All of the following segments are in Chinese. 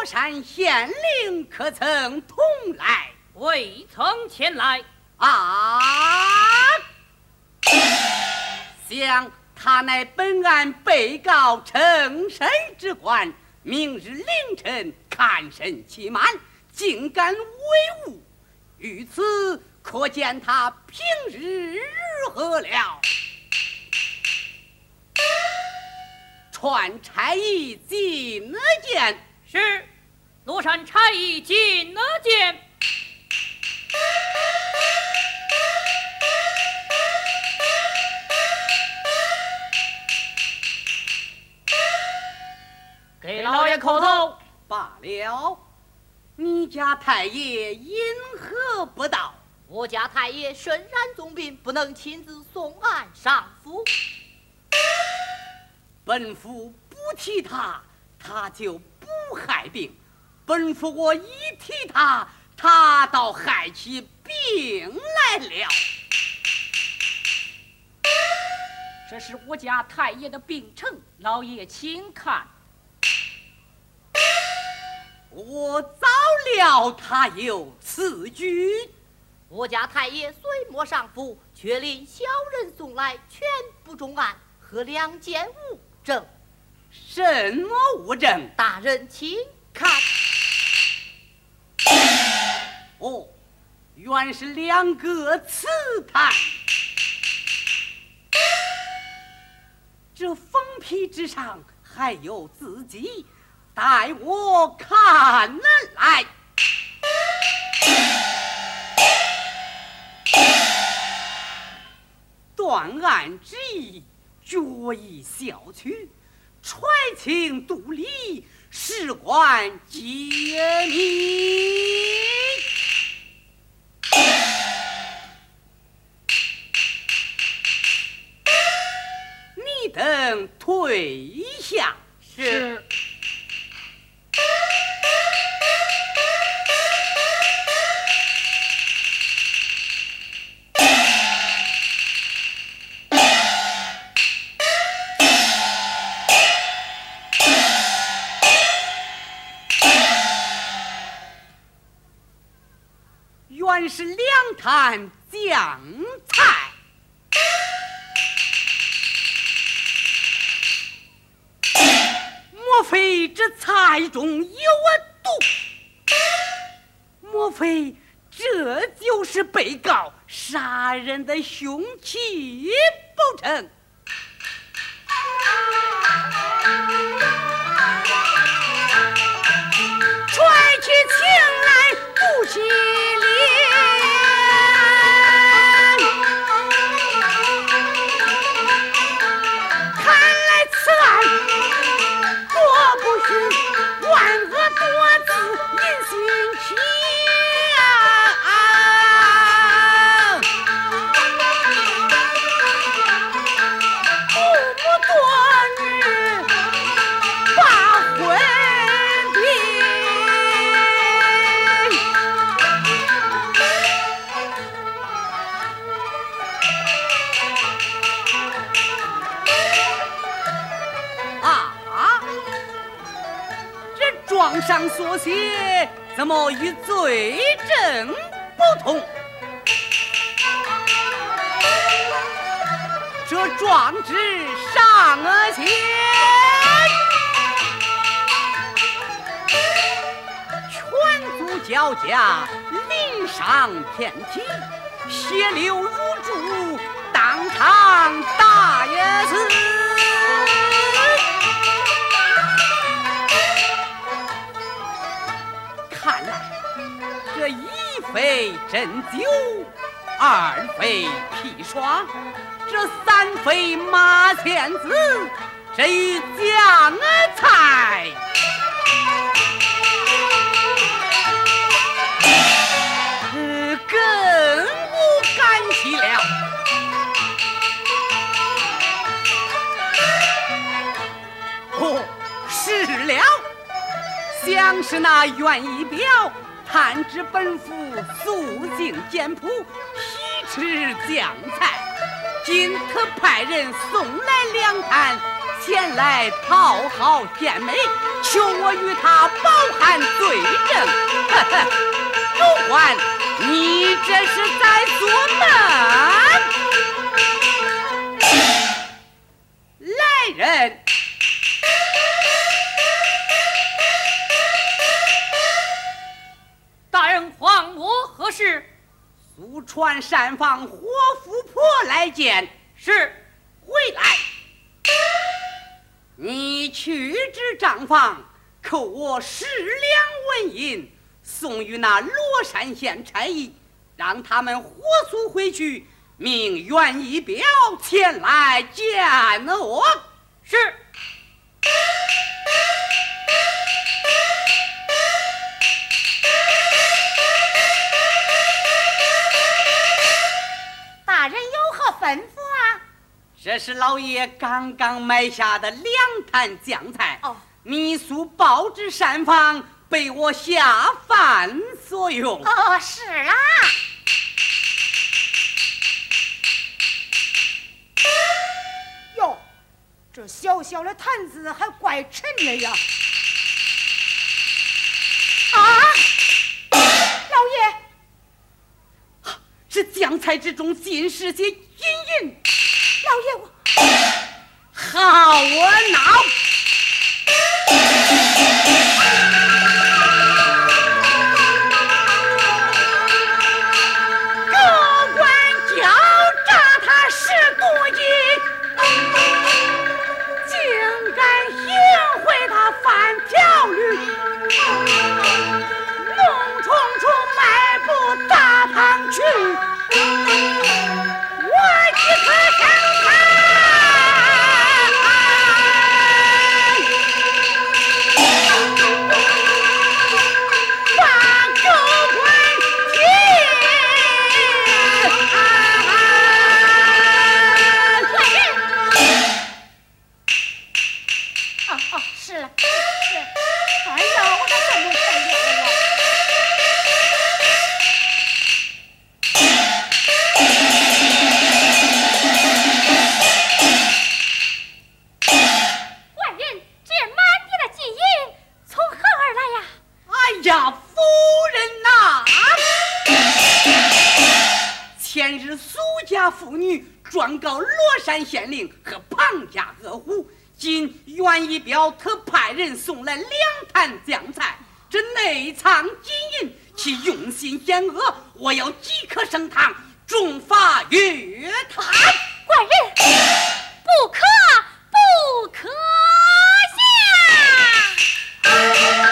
山县令可曾同来？ 未曾前来。 啊！想他乃本案被告承审之官，明日凌晨看审期满，竟敢违误，于此可见他平日如何了。传差役进哪见？ 是，罗山差役进哪见？给老爷叩头。 罢了，你家太爷因何不到？ 我家太爷身染重病，不能亲自送案上府。 本府不提他，他就不害病；本府我一提他，他倒害起病来了。 这是我家太爷的病程，老爷请看。 我早料他有此举。 我家太爷虽没上府，却令小人送来全部重案和2件物证。 什么物证？ 大人请看。 哦，原是2个瓷坛。这封皮之上还有字迹，待我看来。断案之意，决议效屈，揣情度理，事关揭秘。你等退下。 是。 原是2坛酱菜，莫非这菜中有毒？莫非这就是被告杀人的凶器不成？揣起情来不起状上所写怎么与罪证不同？这状纸上写全族交加，临上片体，血流如注，当场打也死。看来这一非针灸，2非砒霜，这3非马钱子，这一酱菜更无干系了。哦，是了，像是那袁一表探知本府素净简朴，喜吃酱菜，今特派人送来2坛前来讨好献美， 求我与他饱含罪证。呵呵，主官，你这是在做梦？来人！ 大人唤我何事？ 速传膳房活富婆来见。 是。 回来。你去至账房，扣我10两纹银，送与那罗山县差役，让他们火速回去，命袁一彪前来见我。 是。 大人有何吩咐啊？ 这是老爷刚刚买下的2坛酱菜，你速报至膳房，被我下饭所用。 是啊。 哟，这小小的坛子还怪沉的呀！老爷， 这酱菜之中尽是些金银。 老爷，我好我恼！各官交诈他10多斤，竟敢行贿他饭条驴，弄重重迈步大堂去，我一可生妇女状告罗山县令和庞家恶户，今袁一彪特派人送来2坛酱菜，这内藏金银，其用心险恶，我要即刻升堂，重罚约谈。 官人，不可，不可下！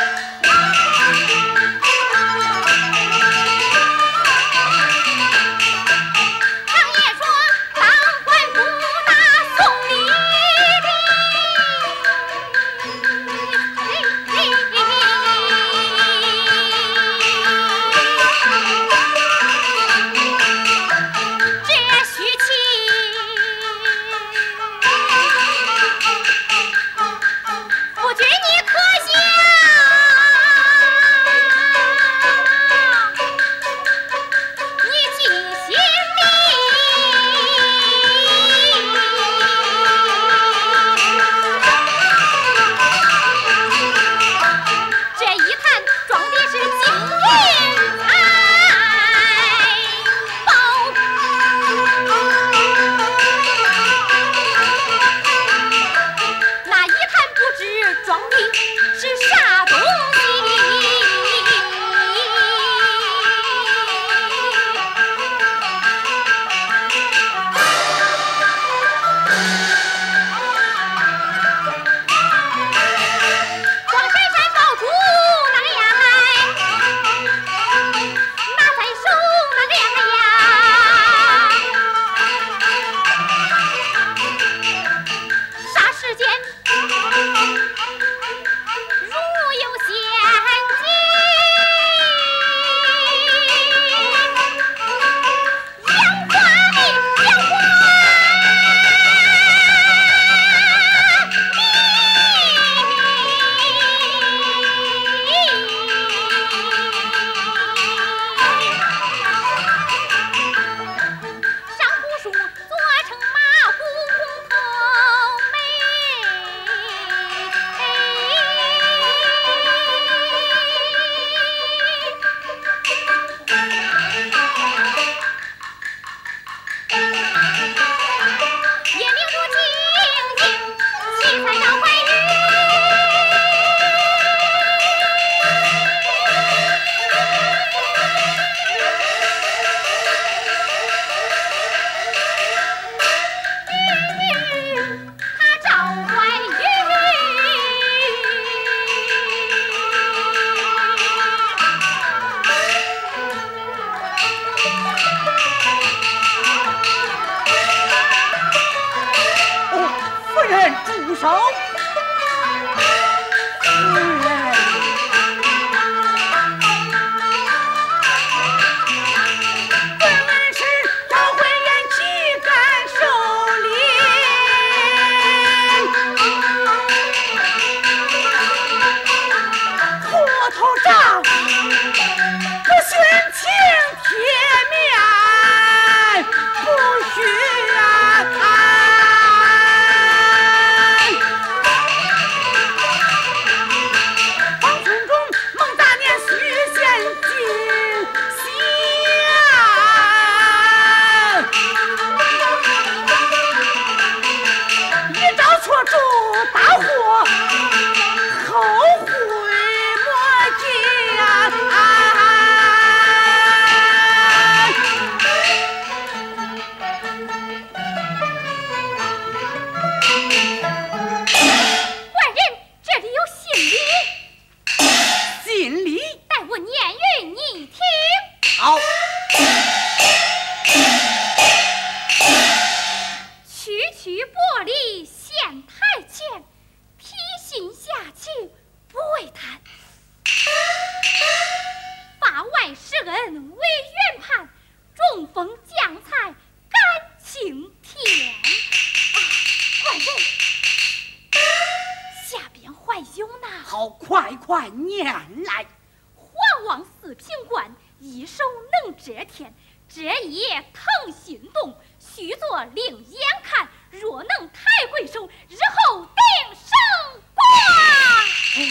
传年来， 皇王四品官，一手能遮天，这也腾心动，须作另眼看。若能抬贵手，日后定升官。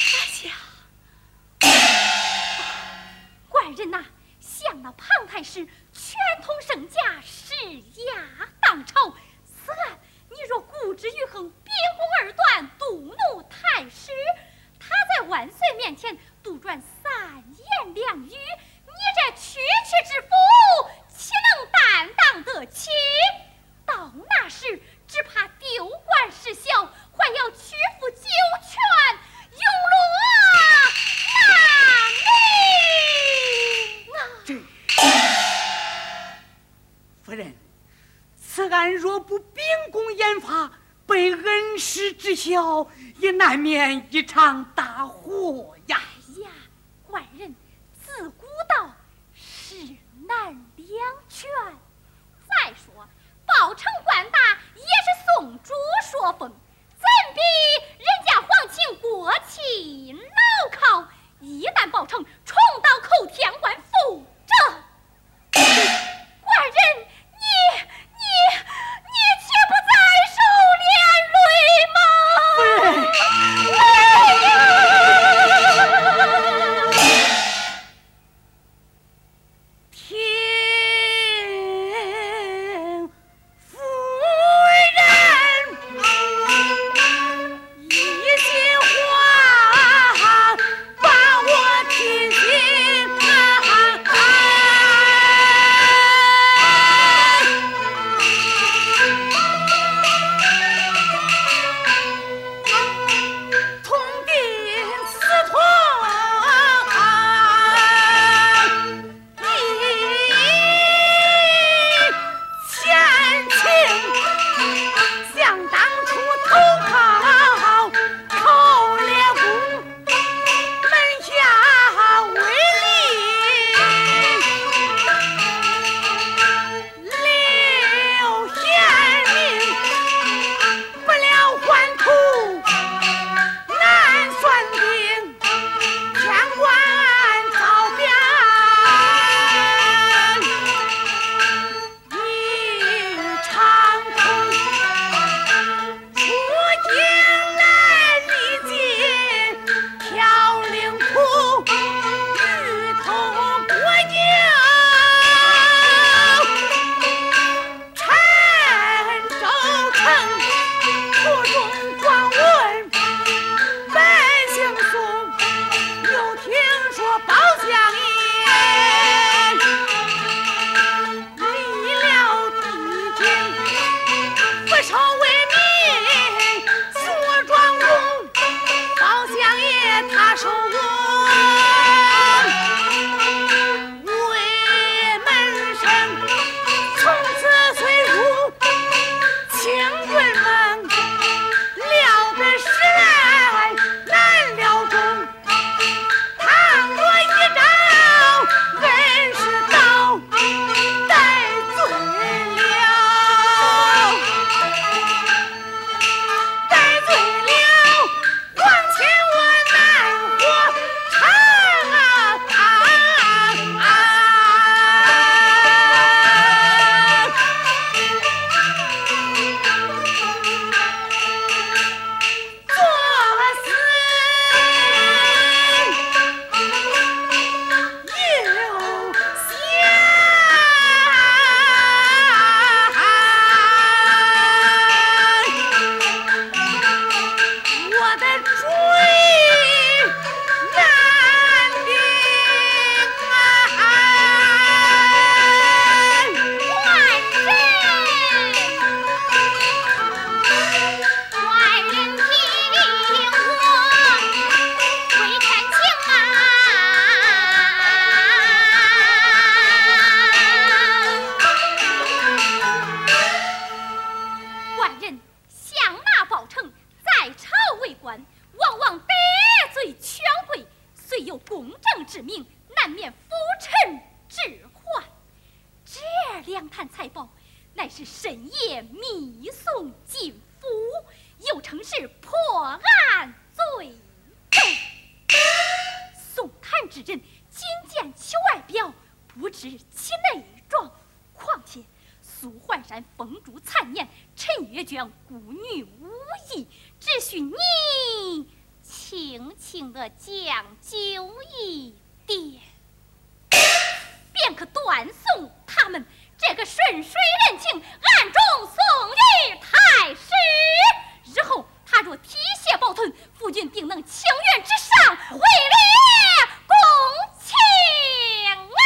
大家，官人呐，向那庞太师全统圣驾，施压当朝。此案你若固执于横，秉公而断，妒怒太师，他在万岁面前杜撰三言两语，你这区区之妇，岂能担当得起？到那时，只怕丢官失效，还要屈服九泉，永落难名啊！ 夫人，此案若不秉公严罚，被恩师知晓，也难免一场大祸呀！ 哎呀，官人自古道事难两全。再说报成官大也是宋主说风，怎比人家皇亲国戚牢靠？一旦报成，重蹈口天官覆辙。官人，你岂不在受连累吗？乃是深夜密送进府，又称是破案罪重。 之人，仅见其外表，不知其内状。况且苏焕山风烛残年，陈月娟孤女无依，只需你轻轻地将就一点，便可断送他们这个顺水人情，暗中送与太师。日后他若提携保存，夫君定能情愿之上，会列公卿啊！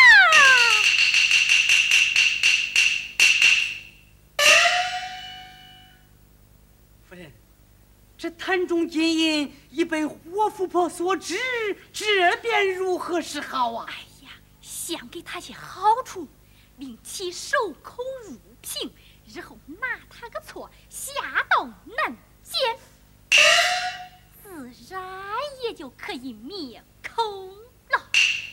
夫人，这坛中金银已被我夫婆所知，这便如何是好啊？ 哎呀，想给他些好处，令其守口如瓶，日后拿他个错，下到南监，自然也就可以灭口了。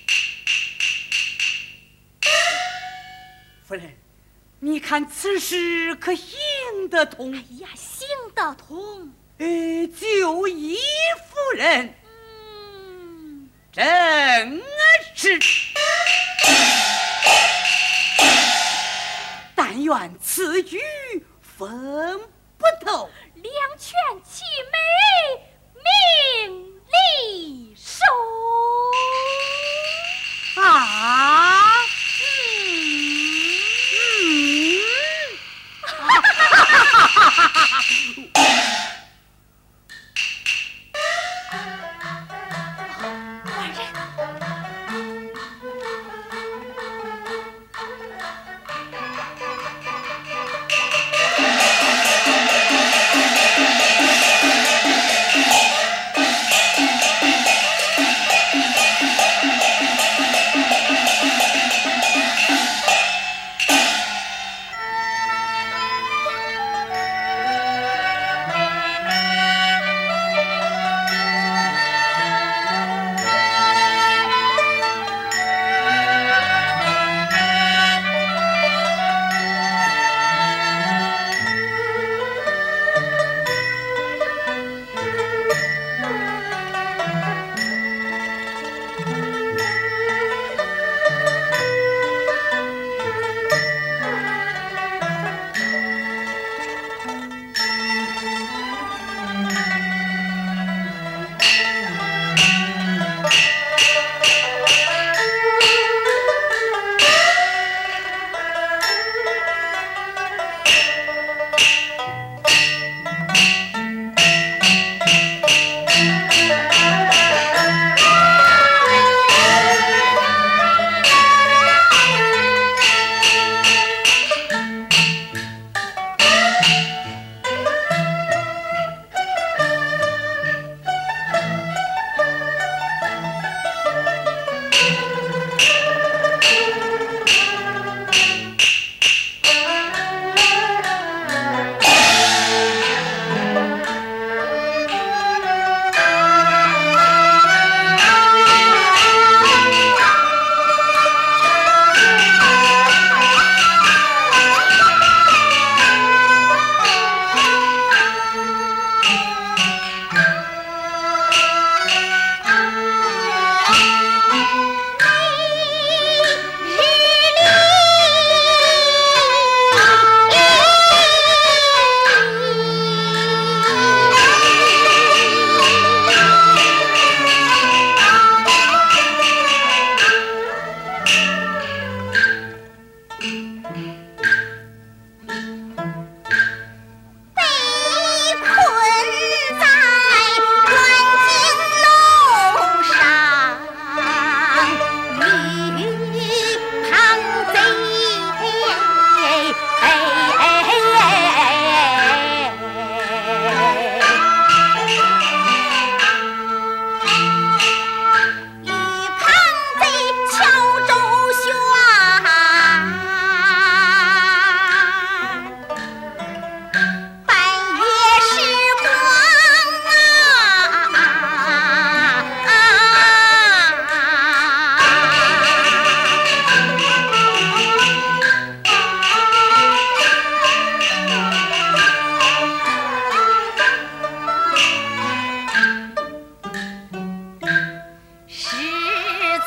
夫人，你看此事可行得通？ 哎呀，行得通。 就依夫人正是，但愿此举分不透， 两全其美，名利收啊！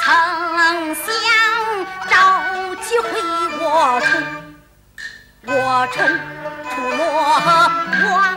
曾想找机会我冲出罗网。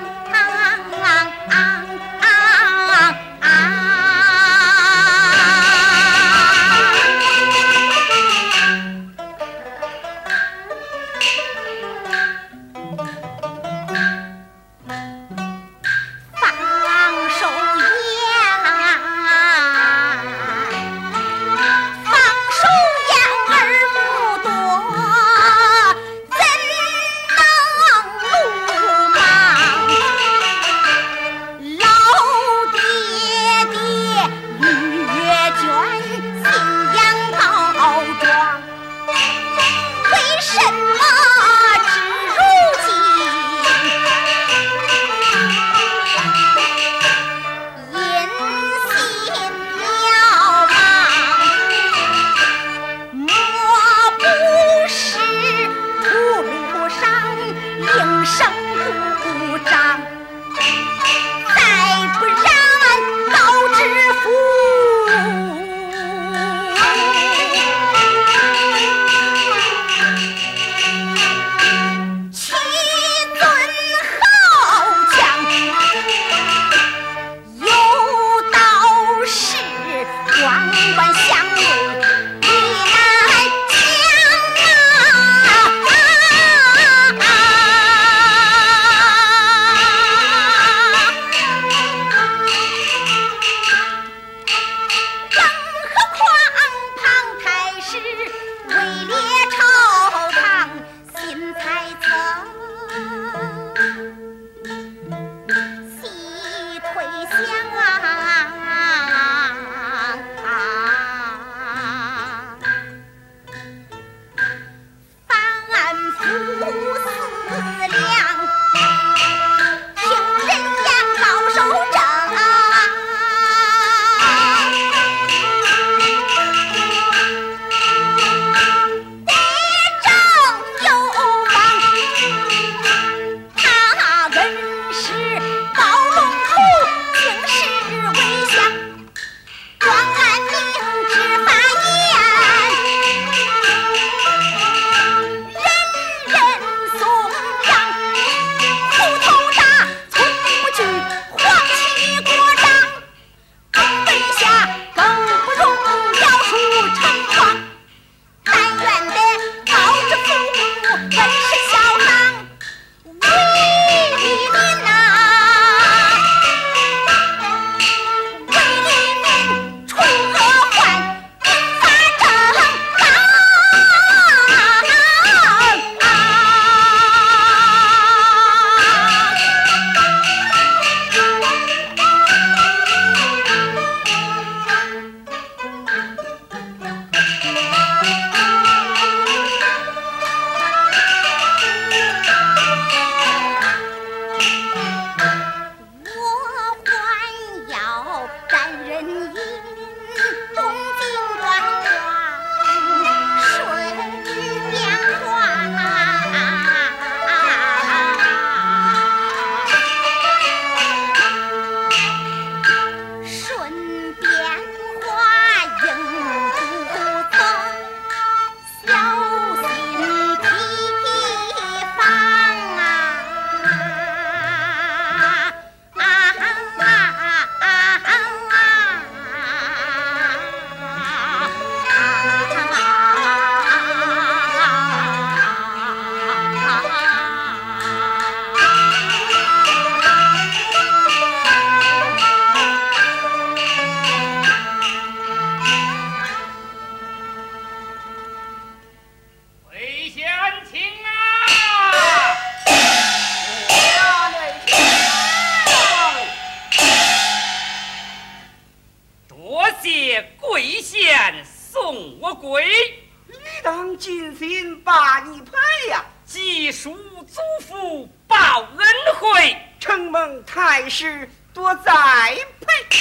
太师多栽培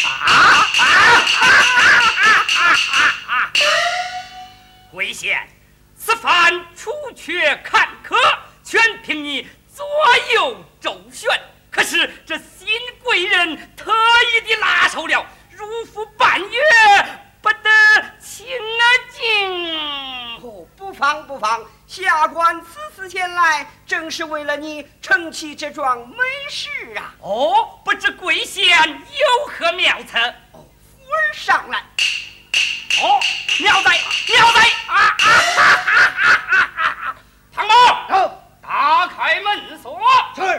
贵县，此番除却坎坷，全凭你左右周旋。可是这新贵人特意的拉手了，入府半月，不得轻放不放？下官此次前来，正是为了你承起这桩美事啊！ 哦，不知贵县有何妙策？ 夫儿上来。 哦，妙哉妙哉！唐某，打开门锁。 是。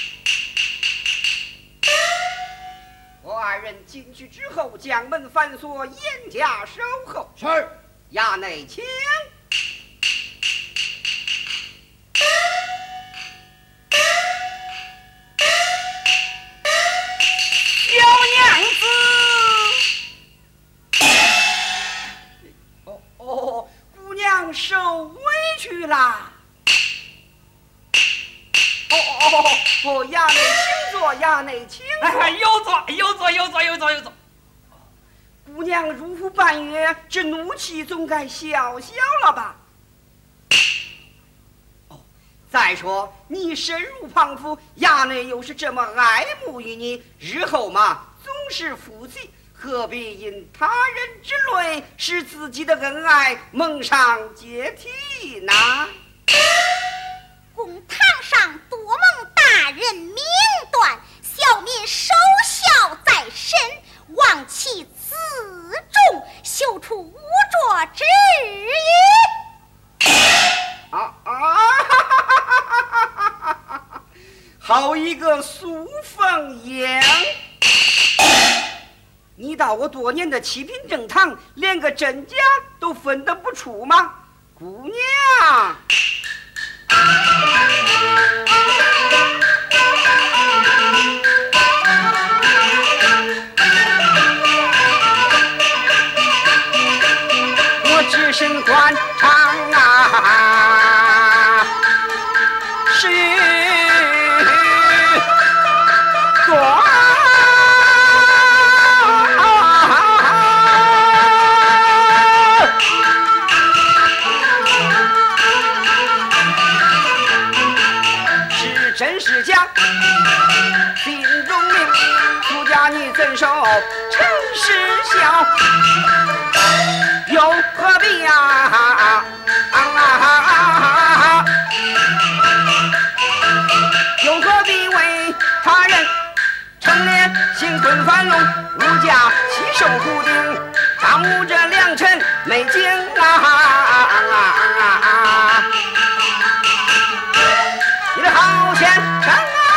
我二人进去之后，将门反锁，严加守候。 是。 衙内请。 小娘子。 姑娘受委屈啦。衙内请坐，衙内请坐。 有座。 姑娘入府半月，这怒气总该消消了吧？再说你深入庞府，衙内又是这么爱慕于你，日后嘛总是夫妻，何必因他人之累，使自己的恩爱蒙上阶梯呢？ 公堂上多蒙大人明断，小民守孝在身，望其自重，修出无着之语。 好一个苏凤英！你道我多年的七品正堂，连个真假都分得不出吗？姑娘，我只身官场啊，是过。真是假，心中明，出家你怎受陈氏笑？又何必呀？又何必为他人成列行棍翻龙，儒家吸收固定，耽误这良辰美景你的好先生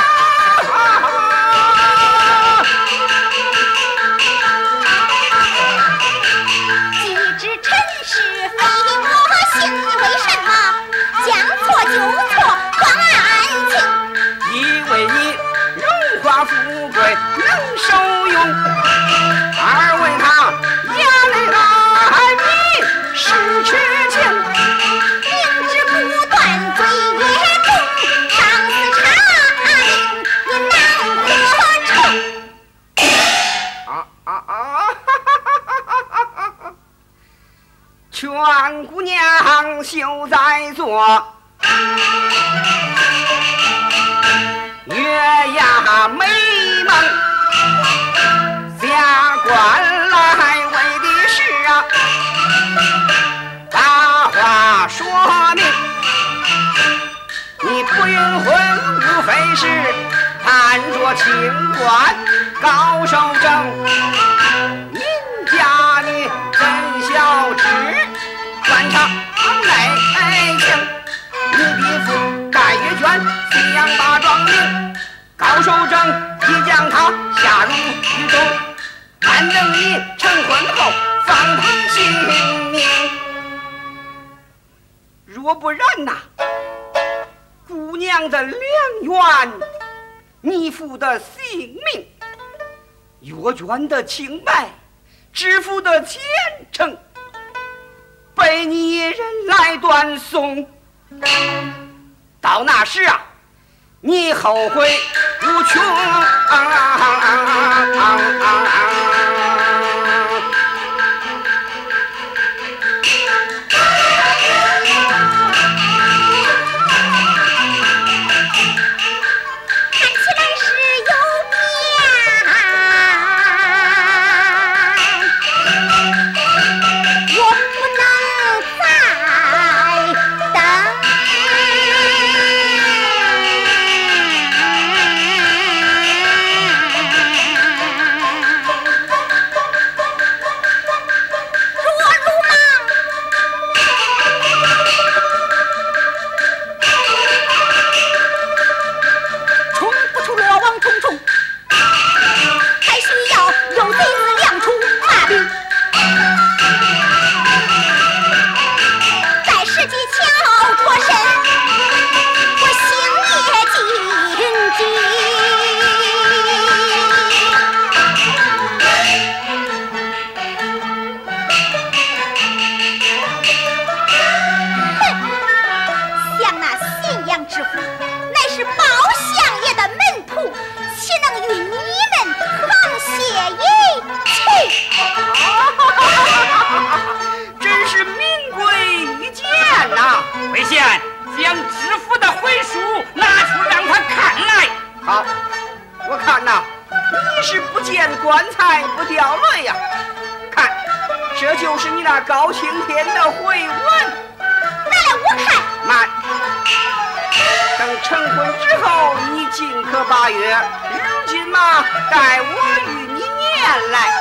既知陈氏非我幸，为什么将错就错，断案情？ 以为你荣华富贵能受用，而为他衙内爱民是痴情， 明知不断罪业重，上司查令你难何成？ 劝姑娘休再做，月牙美梦，下官来为的是大话说明，你不允婚无非是盼着清官高守正，您家女真孝直，官场内情，你的父戴月娟西洋八庄名，高守正即将他下入狱中，但等你成婚后方他性命，若不然呐，姑娘的良缘，你父的性命，月娟的清白，知府的前程，被你一人来断送。到那时啊，你后悔无穷。 就是你那高青天的回文。 拿来我看。 慢，等成婚之后，你尽可把阅。如今嘛，待我与你念来。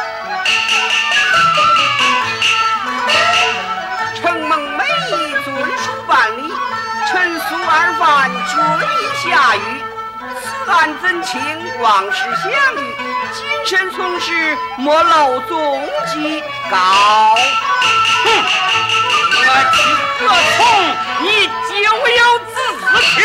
承蒙美意遵书办理，陈苏二犯均已下狱。此案怎情往事相遇？谨慎从事，莫漏踪迹。告。 哼！我去何从？你咎由自取。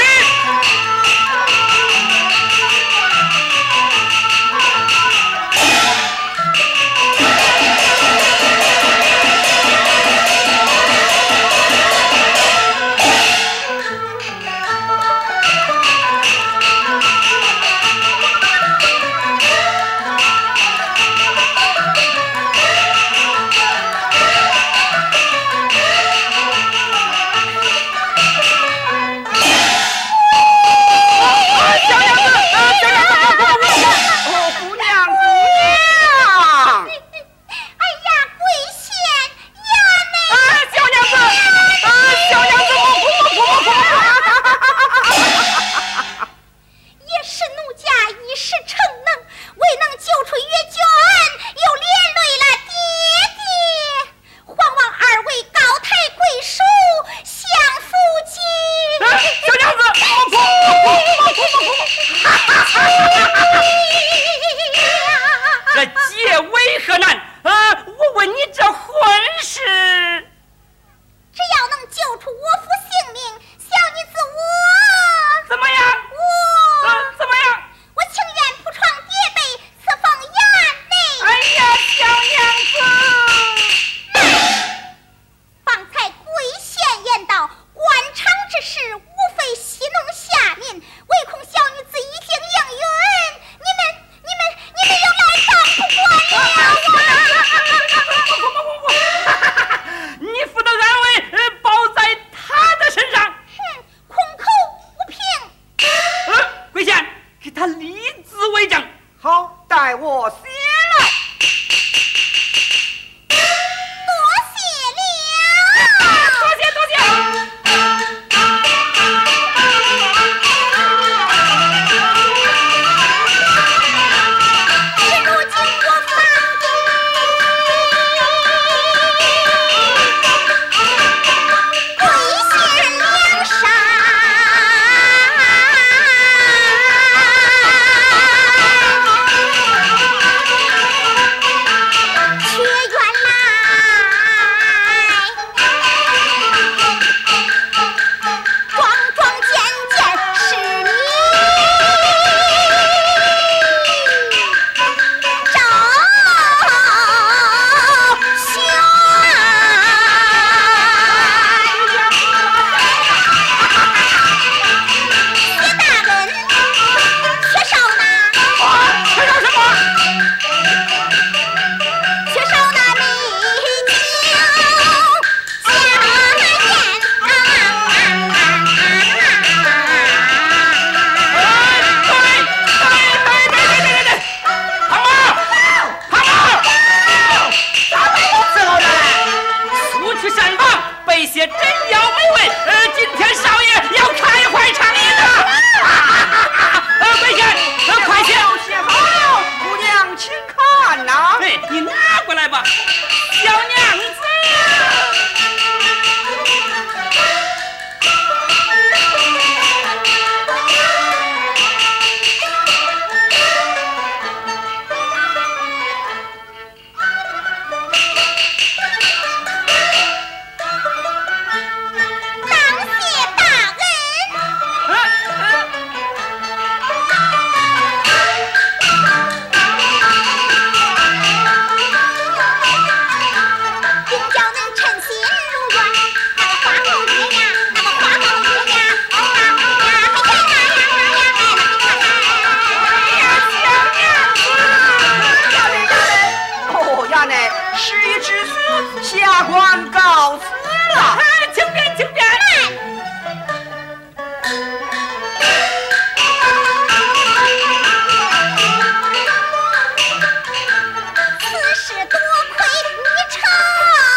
此事多亏你成。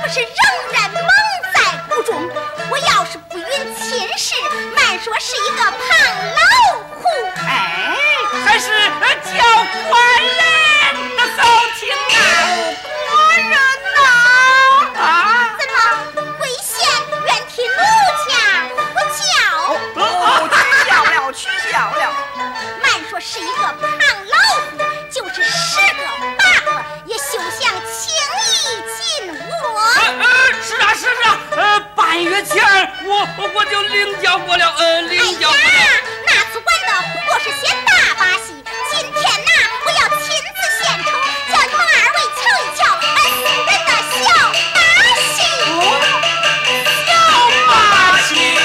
是仍然蒙在鼓中。我要是不允亲事，慢说是一个胖老虎。 哎，还是叫官人的扫听啊！ 官人呐！ 啊！ 怎么贵县愿替奴家呼叫？ 取笑了。 慢说是一个胖老虎，就是10个8个也休想轻易进我。 是啊，半月前我就领教过了，领教过了。 哎呀，那次玩的不过是些大把戏，今天呐，我要亲自献丑，叫你们2位瞧一瞧俺私人的小把戏。 小把戏。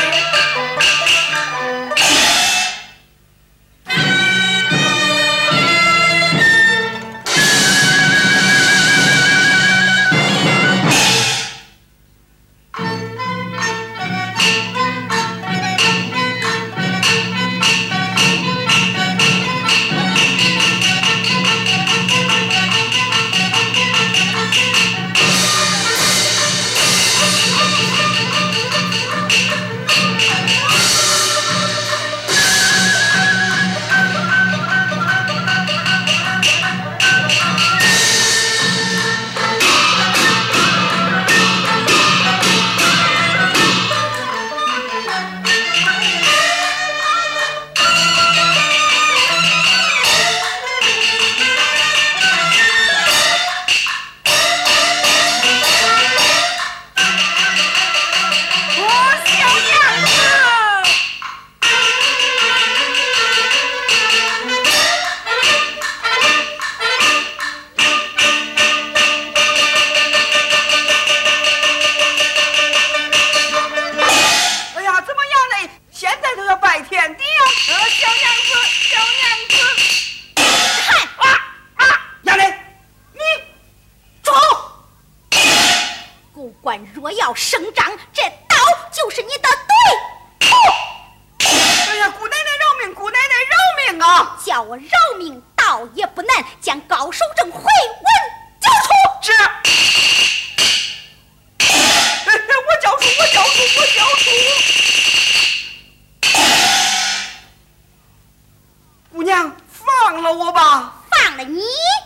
若要声张，这刀就是你的对。 哎呀，姑奶奶饶命，姑奶奶饶命啊！ 叫我饶命倒也不难，将高守正回文交出。 是。我交出。姑娘，放了我吧。 放了你。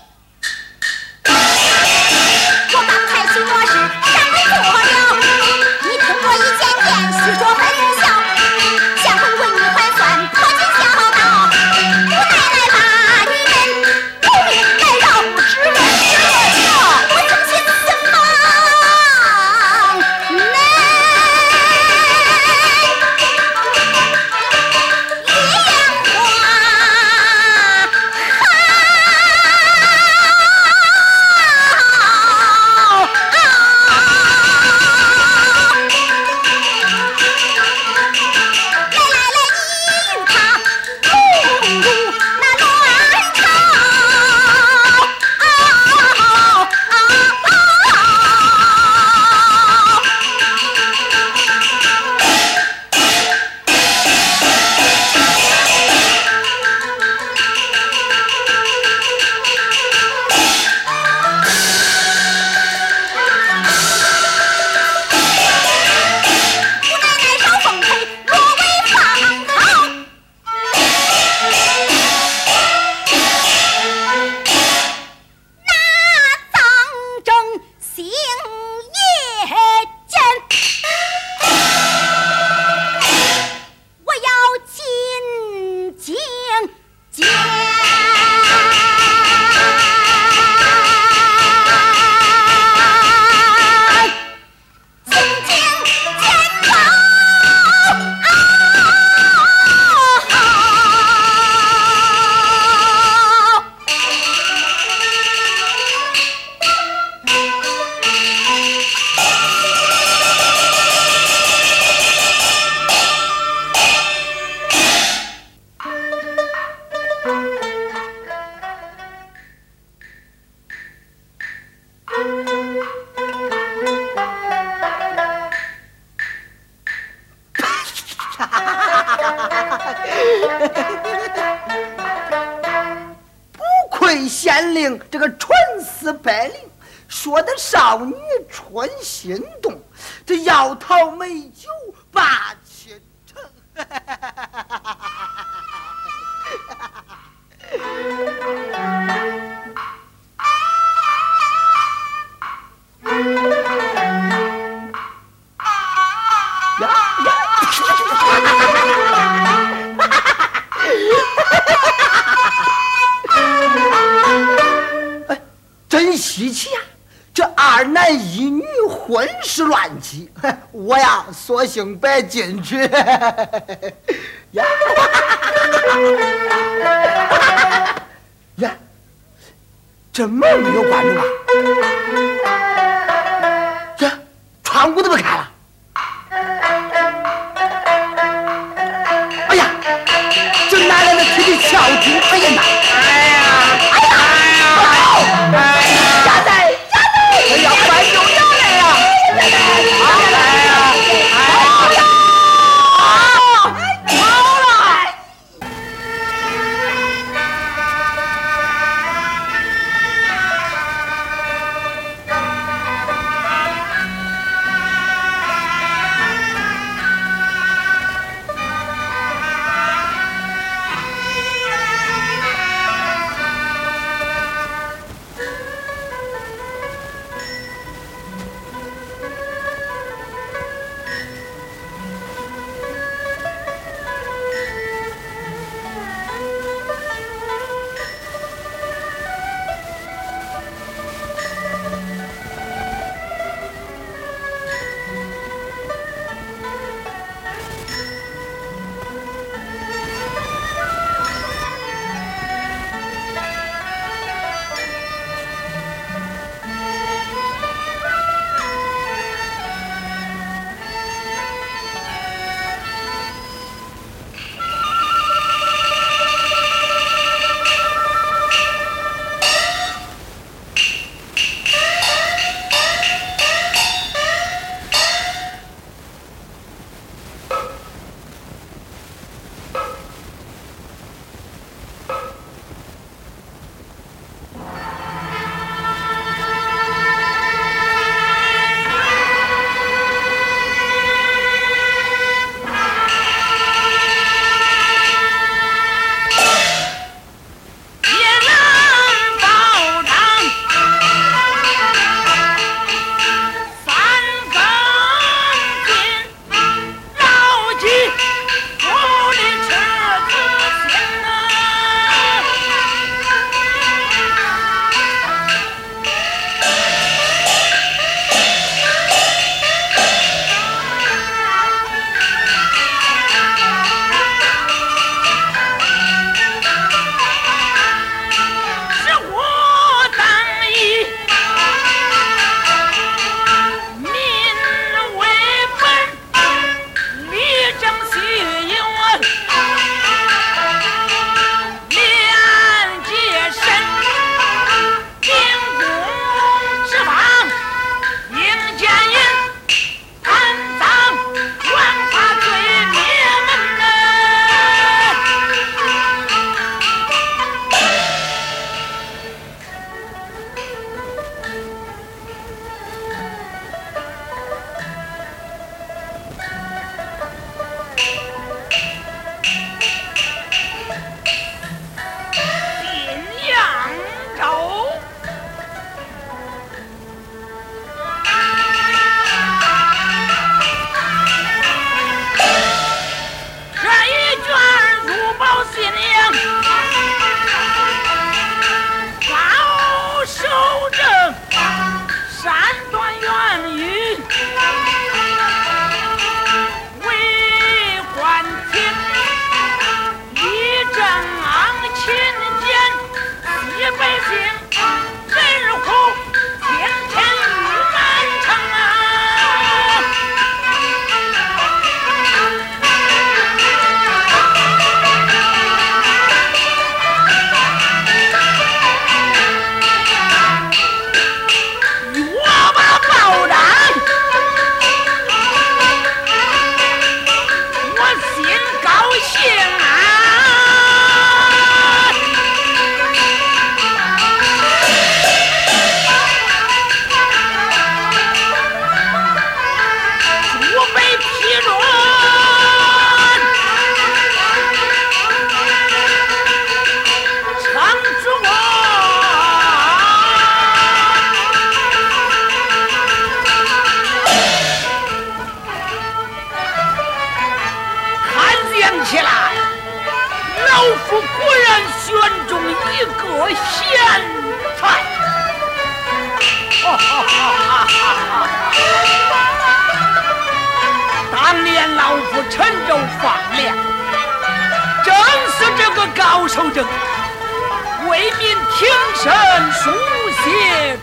我刚才许诺是上门做了，你通过一件叙说很小，下回为你还算破镜小刀。姑奶奶把你们有命来饶，只问我曾心四方难一样说的少女春心动，这摇头美酒把前程。真稀奇呀！这二男一女婚事乱纪，我呀索性别进去。呀呀，这门没有关住吧？呀，窗户怎么开了？哎呀，这哪来的推的小猪？哎呀妈！家仔，哎呀，快救人来呀！家仔，哎呀，跑了！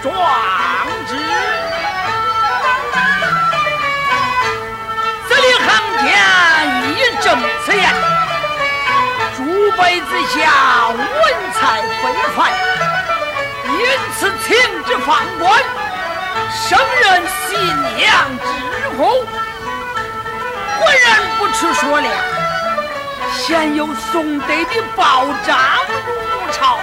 壮志。司令行间一正此言，诸辈之下文采非凡，因此请之放官，升任西凉知府。浑然不吃说了，现有宋德的报章如潮。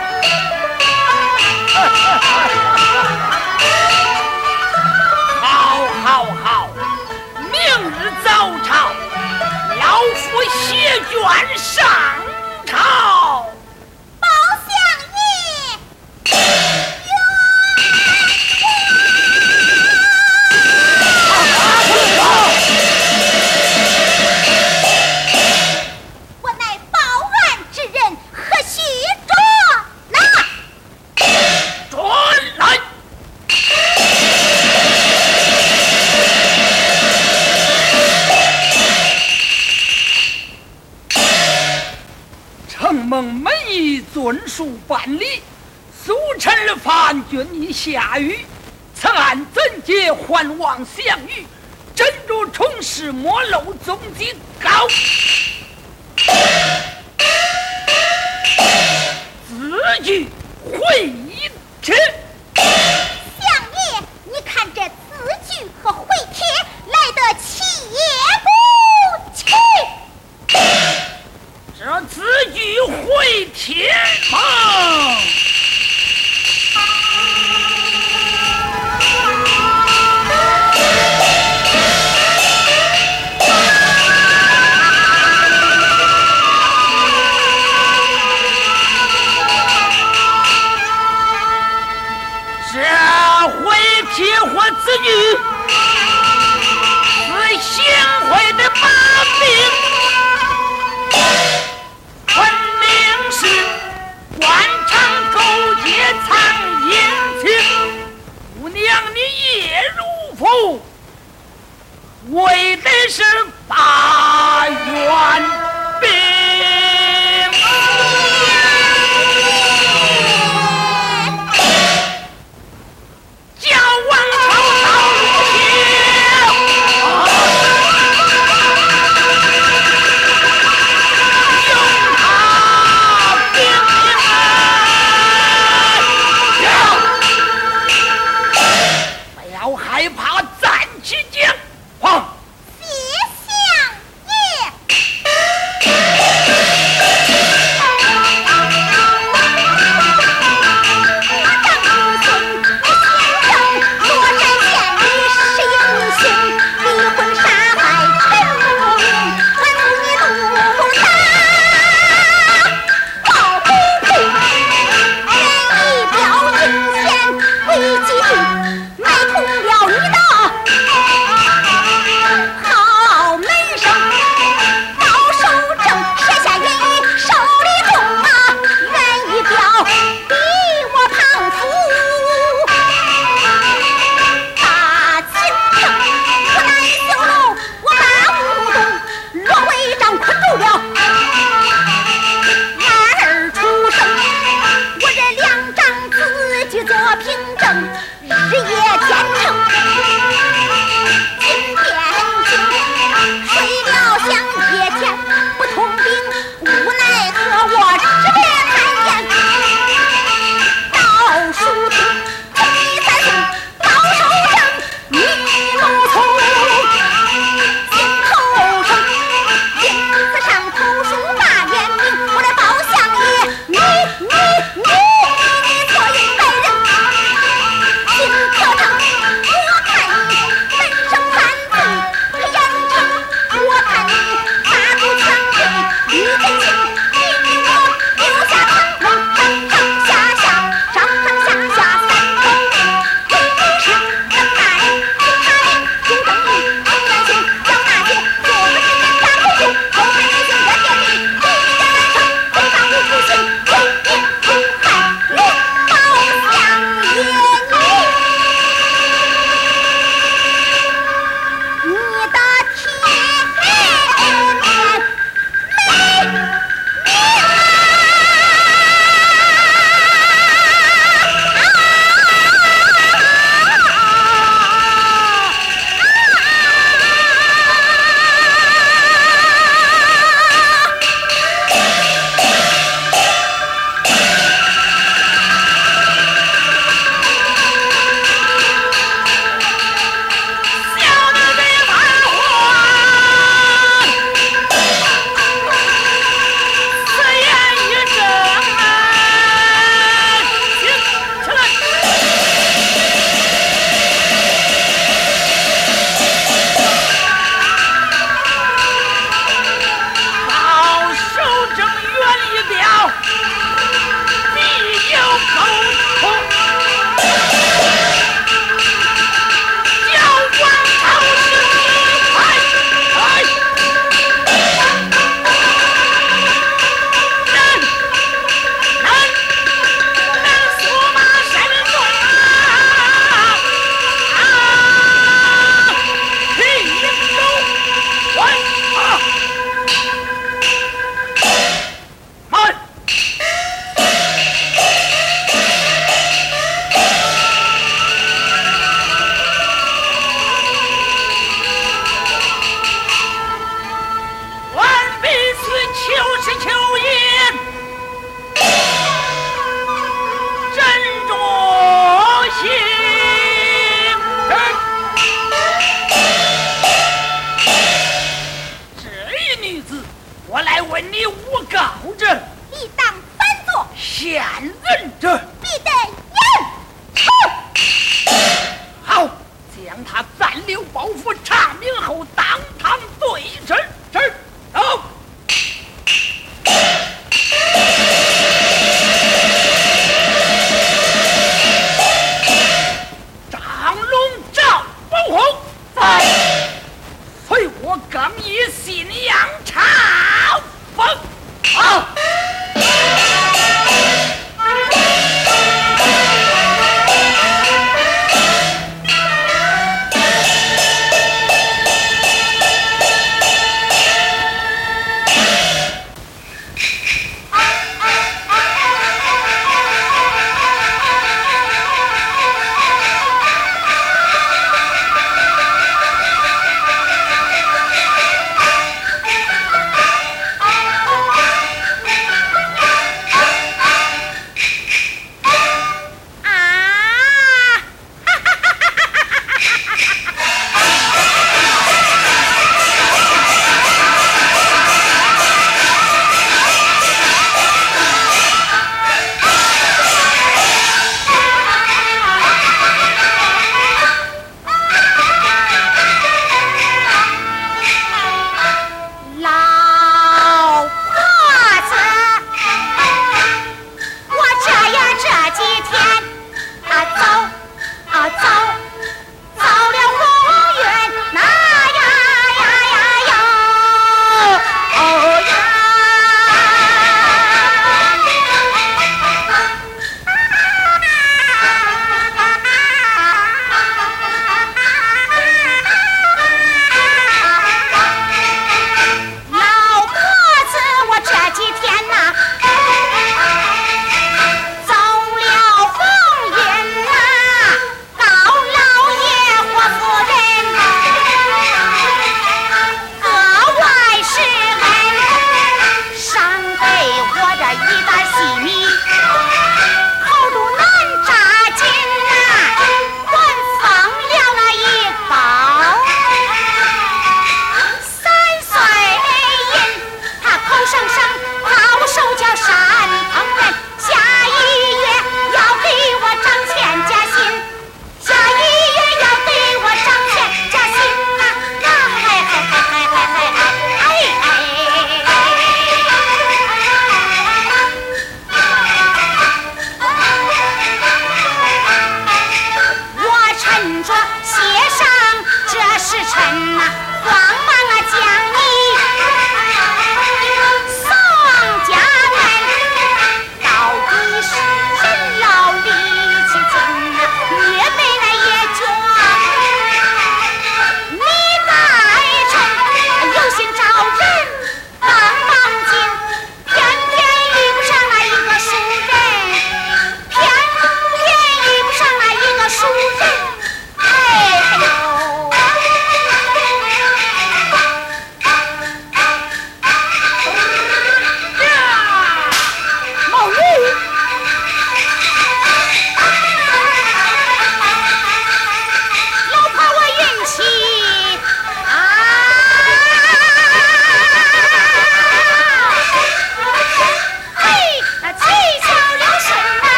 好，明日早朝，老夫携卷上朝。 包相爷，我乃报案之人，何须捉拿？ 转来！承蒙门役遵属办理，速臣范君以下谕，此案怎解还望相谕，斟酌重视，莫漏踪迹。告字据回帖。 相爷，你看这字据和回帖来得齐不齐？ 这字据回帖吗？这回帖或字据是行贿的把柄。官场勾结藏阴情，姑娘你夜如父，为的是大元兵。叫王朝朝如害怕，暂且讲话。 谢相以信仰朝奉。 好。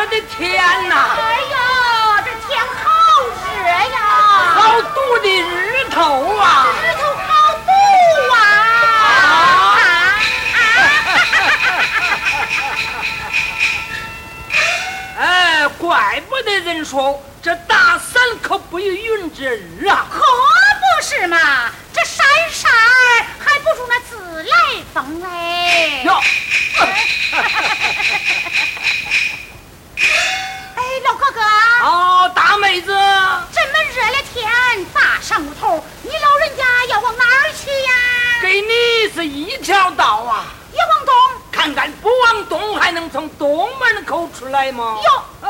我的天哪！ 哎呦，这天好热呀！ 好毒的日头啊！ 日头好毒啊！ 哎，怪不得人说这大山可不有云之日啊！ 可不是嘛，这闪闪还不如那自来风哎！ 哟， 哎，老哥哥， 哦，大妹子， 这么热的天，大上午头，你老人家要往哪儿去呀？ 给你是一条道啊！ 也往东。 看看不往东，还能从东门口出来吗？ 哟，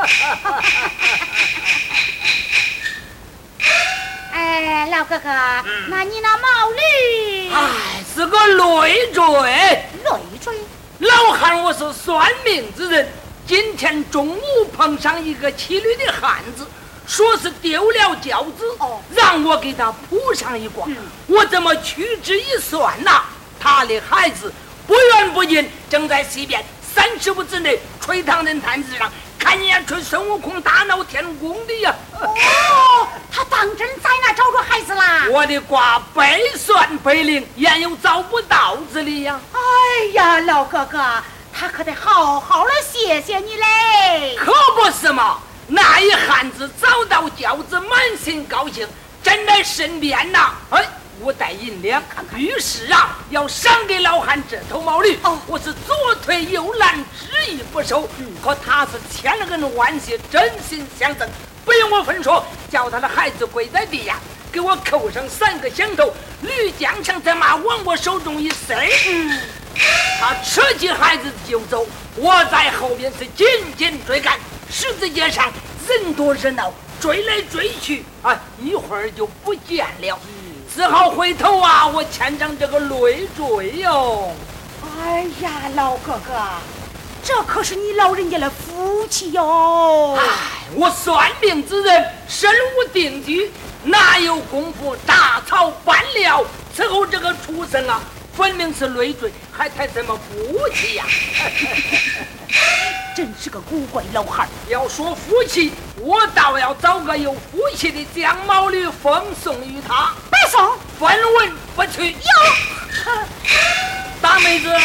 哎，老哥哥，那你那毛驴？ 哎，是个累赘。 累赘。 老汉，我是算命之人。今天中午碰上一个骑驴的汉子，说是丢了轿子，让我给他卜上一卦。我这么屈指一算呐，他的孩子不远不近，正在西边30步之内垂塘人摊子上看见吹孙悟空大闹天宫的呀！ 哦，他当真在那找着孩子啦？ 我的卦倍算倍灵，焉有找不到之理呀？ 哎呀，老哥哥，他可得好好的谢谢你嘞！ 可不是嘛！那一汉子找到轿子，满心高兴，站在身边呐，我带银两，于是啊，要赏给老汉这头毛驴。我是左推右拦，执意不收。可他是千恩万谢，真心相赠，不用我分说，叫他的孩子跪在地下，给我扣上3个响头，驴缰绳在马往我手中一塞，他扯起孩子就走，我在后面是紧紧追赶，十字街上人多热闹，追来追去，一会儿就不见了。只好回头啊，我牵上这个累赘哟。 哎呀，老哥哥，这可是你老人家的福气哟！ 我算命之人，身无定局，哪有功夫大草搬了？此后这个畜生啊，分明是累赘，还谈什么福气呀？ 真是个古怪老汉。要说福气，我倒要找个有福气的将毛驴奉送于他。 白送， 分文不取。大妹子，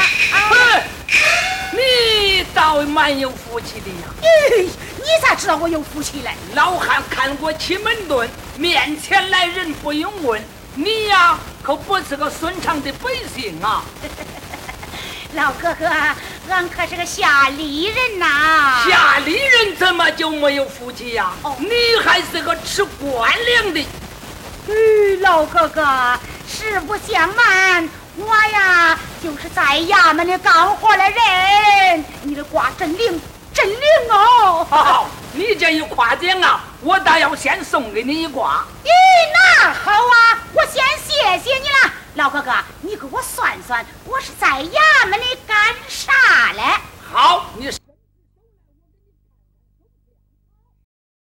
你倒蛮有福气的呀！ 你咋知道我有福气嘞？ 老汉看过奇门遁，面前来人不用问。你呀，可不是个顺畅的百姓啊！ 老哥哥，俺可是个下里人呐！ 下里人怎么就没有福气呀？你还是个吃官粮的。 老哥哥，实不相瞒，我呀就是在衙门里干活的人。你的卦真灵，真灵哦！ 好，你这一夸奖啊，我倒要先送给你一卦。 那好啊，我先谢谢你了。老哥哥，你给我算算，我是在衙门里干啥嘞？ 好，你